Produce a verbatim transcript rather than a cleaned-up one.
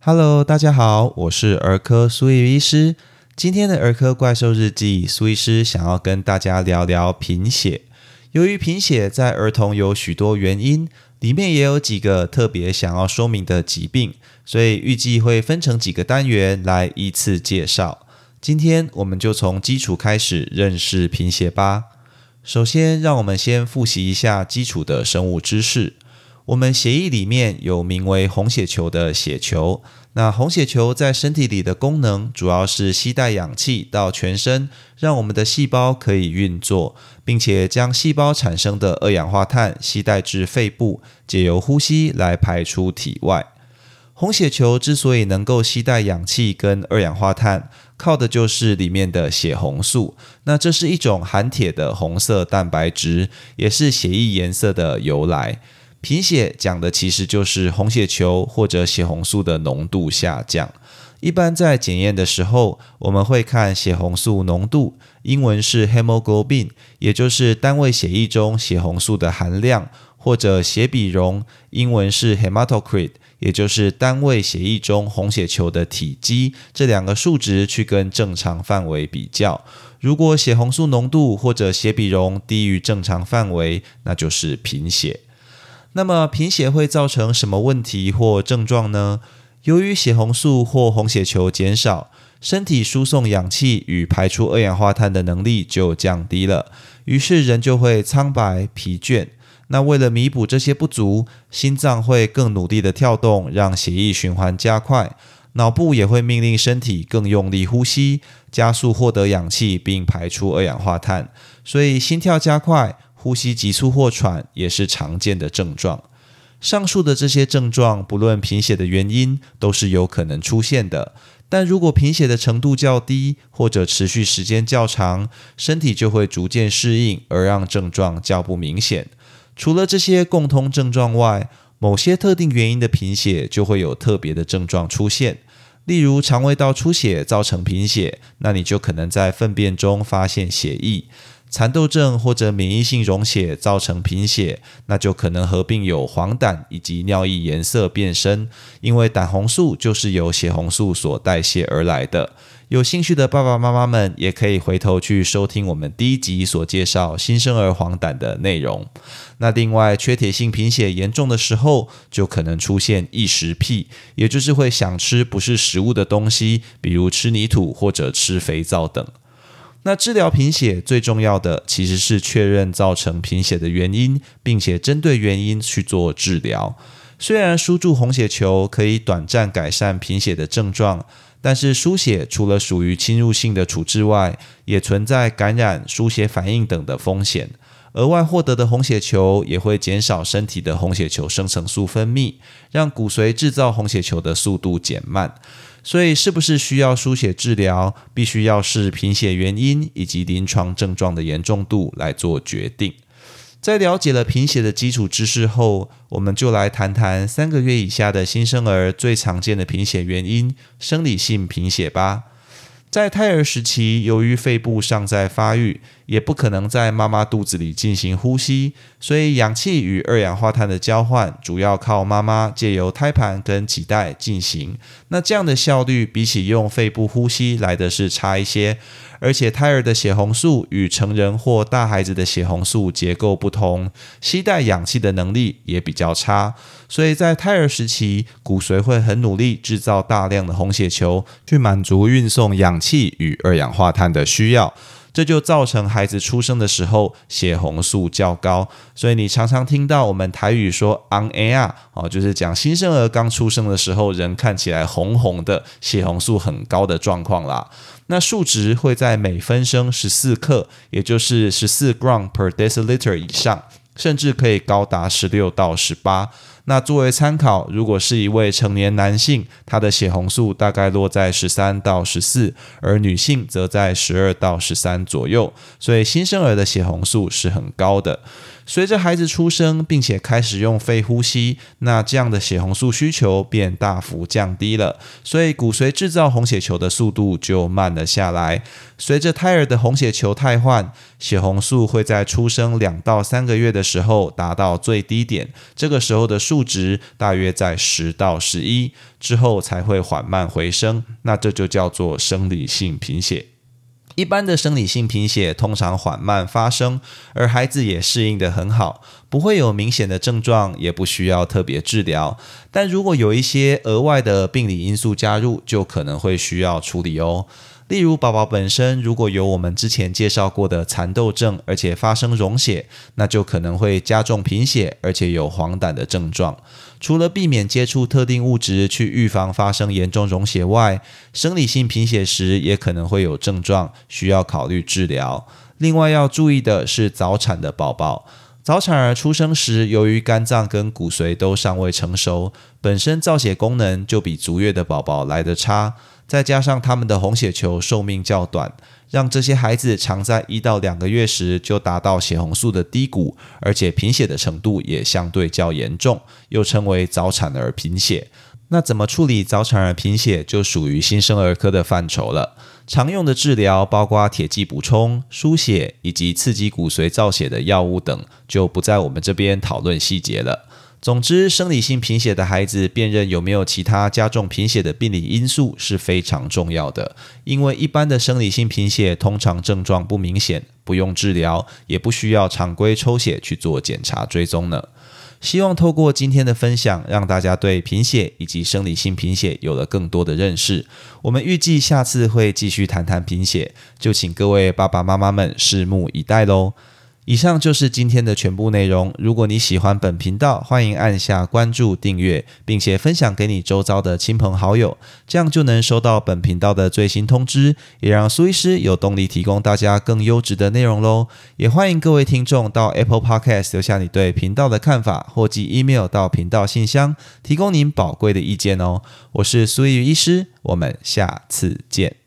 Hello， 大家好，我是儿科苏玉医师。今天的儿科怪兽日记，苏医师想要跟大家聊聊贫血。由于贫血在儿童有许多原因，里面也有几个特别想要说明的疾病，所以预计会分成几个单元来依次介绍。今天我们就从基础开始认识贫血吧。首先，让我们先复习一下基础的生物知识。我们血液里面有名为红血球的血球，那红血球在身体里的功能主要是携带氧气到全身，让我们的细胞可以运作，并且将细胞产生的二氧化碳携带至肺部，借由呼吸来排出体外。红血球之所以能够携带氧气跟二氧化碳，靠的就是里面的血红素，那这是一种含铁的红色蛋白质，也是血液颜色的由来。贫血讲的其实就是红血球或者血红素的浓度下降。一般在检验的时候，我们会看血红素浓度，英文是 hemoglobin， 也就是单位血液中血红素的含量，或者血比容，英文是 hematocrit， 也就是单位血液中红血球的体积，这两个数值去跟正常范围比较。如果血红素浓度或者血比容低于正常范围，那就是贫血。那么贫血会造成什么问题或症状呢？由于血红素或红血球减少，身体输送氧气与排出二氧化碳的能力就降低了，于是人就会苍白疲倦。那为了弥补这些不足，心脏会更努力的跳动，让血液循环加快，脑部也会命令身体更用力呼吸，加速获得氧气并排出二氧化碳，所以心跳加快，呼吸急促或喘也是常见的症状。上述的这些症状，不论贫血的原因，都是有可能出现的。但如果贫血的程度较低，或者持续时间较长，身体就会逐渐适应，而让症状较不明显。除了这些共通症状外，某些特定原因的贫血就会有特别的症状出现。例如肠胃道出血造成贫血，那你就可能在粪便中发现血液。蚕豆症或者免疫性溶血造成贫血，那就可能合并有黄疸以及尿液颜色变深，因为胆红素就是由血红素所代谢而来的。有兴趣的爸爸妈妈们也可以回头去收听我们第一集所介绍新生儿黄疸的内容。那另外，缺铁性贫血严重的时候，就可能出现异食癖，也就是会想吃不是食物的东西，比如吃泥土或者吃肥皂等。那治疗贫血最重要的其实是确认造成贫血的原因，并且针对原因去做治疗。虽然输注红血球可以短暂改善贫血的症状，但是输血除了属于侵入性的处置外，也存在感染、输血反应等的风险。额外获得的红血球也会减少身体的红血球生成素分泌，让骨髓制造红血球的速度减慢。所以是不是需要输血治疗，必须要视贫血原因以及临床症状的严重度来做决定。在了解了贫血的基础知识后，我们就来谈谈三个月以下的新生儿最常见的贫血原因——生理性贫血吧。在胎儿时期，由于肺部尚在发育，也不可能在妈妈肚子里进行呼吸，所以氧气与二氧化碳的交换主要靠妈妈借由胎盘跟脐带进行。那这样的效率比起用肺部呼吸来的是差一些，而且胎儿的血红素与成人或大孩子的血红素结构不同，携带氧气的能力也比较差，所以在胎儿时期，骨髓会很努力制造大量的红血球，去满足运送氧气与二氧化碳的需要。这就造成孩子出生的时候血红素较高，所以你常常听到我们台语说 on air、哦、就是讲新生儿刚出生的时候人看起来红红的，血红素很高的状况啦。那数值会在每分升十四克，也就是十四 gram per deciliter 以上，甚至可以高达十六到十八。那作为参考，如果是一位成年男性，他的血红素大概落在十三到十四，而女性则在十二到十三左右，所以新生儿的血红素是很高的。随着孩子出生并且开始用肺呼吸，那这样的血红素需求便大幅降低了，所以骨髓制造红血球的速度就慢了下来。随着胎儿的红血球汰换，血红素会在出生两到三个月的时候达到最低点，这个时候的数数值大约在十到十一，之后才会缓慢回升，那这就叫做生理性贫血。一般的生理性贫血通常缓慢发生，而孩子也适应得很好，不会有明显的症状，也不需要特别治疗。但如果有一些额外的病理因素加入，就可能会需要处理哦。例如宝宝本身如果有我们之前介绍过的蚕豆症，而且发生溶血，那就可能会加重贫血，而且有黄疸的症状。除了避免接触特定物质去预防发生严重溶血外，生理性贫血时也可能会有症状，需要考虑治疗。另外要注意的是早产的宝宝，早产儿出生时，由于肝脏跟骨髓都尚未成熟，本身造血功能就比足月的宝宝来得差，再加上他们的红血球寿命较短，让这些孩子常在一到两个月时就达到血红素的低谷，而且贫血的程度也相对较严重，又称为早产儿贫血。那怎么处理早产儿贫血就属于新生儿科的范畴了。常用的治疗包括铁剂补充、输血以及刺激骨髓造血的药物等，就不在我们这边讨论细节了。总之，生理性贫血的孩子辨认有没有其他加重贫血的病理因素是非常重要的，因为一般的生理性贫血通常症状不明显，不用治疗，也不需要常规抽血去做检查追踪呢。希望透过今天的分享，让大家对贫血以及生理性贫血有了更多的认识。我们预计下次会继续谈谈贫血，就请各位爸爸妈妈们拭目以待咯。以上就是今天的全部内容。如果你喜欢本频道，欢迎按下关注、订阅，并且分享给你周遭的亲朋好友，这样就能收到本频道的最新通知，也让苏医师有动力提供大家更优质的内容咯。也欢迎各位听众到 Apple Podcast 留下你对频道的看法，或寄 email 到频道信箱，提供您宝贵的意见哦。我是苏医医师，我们下次见。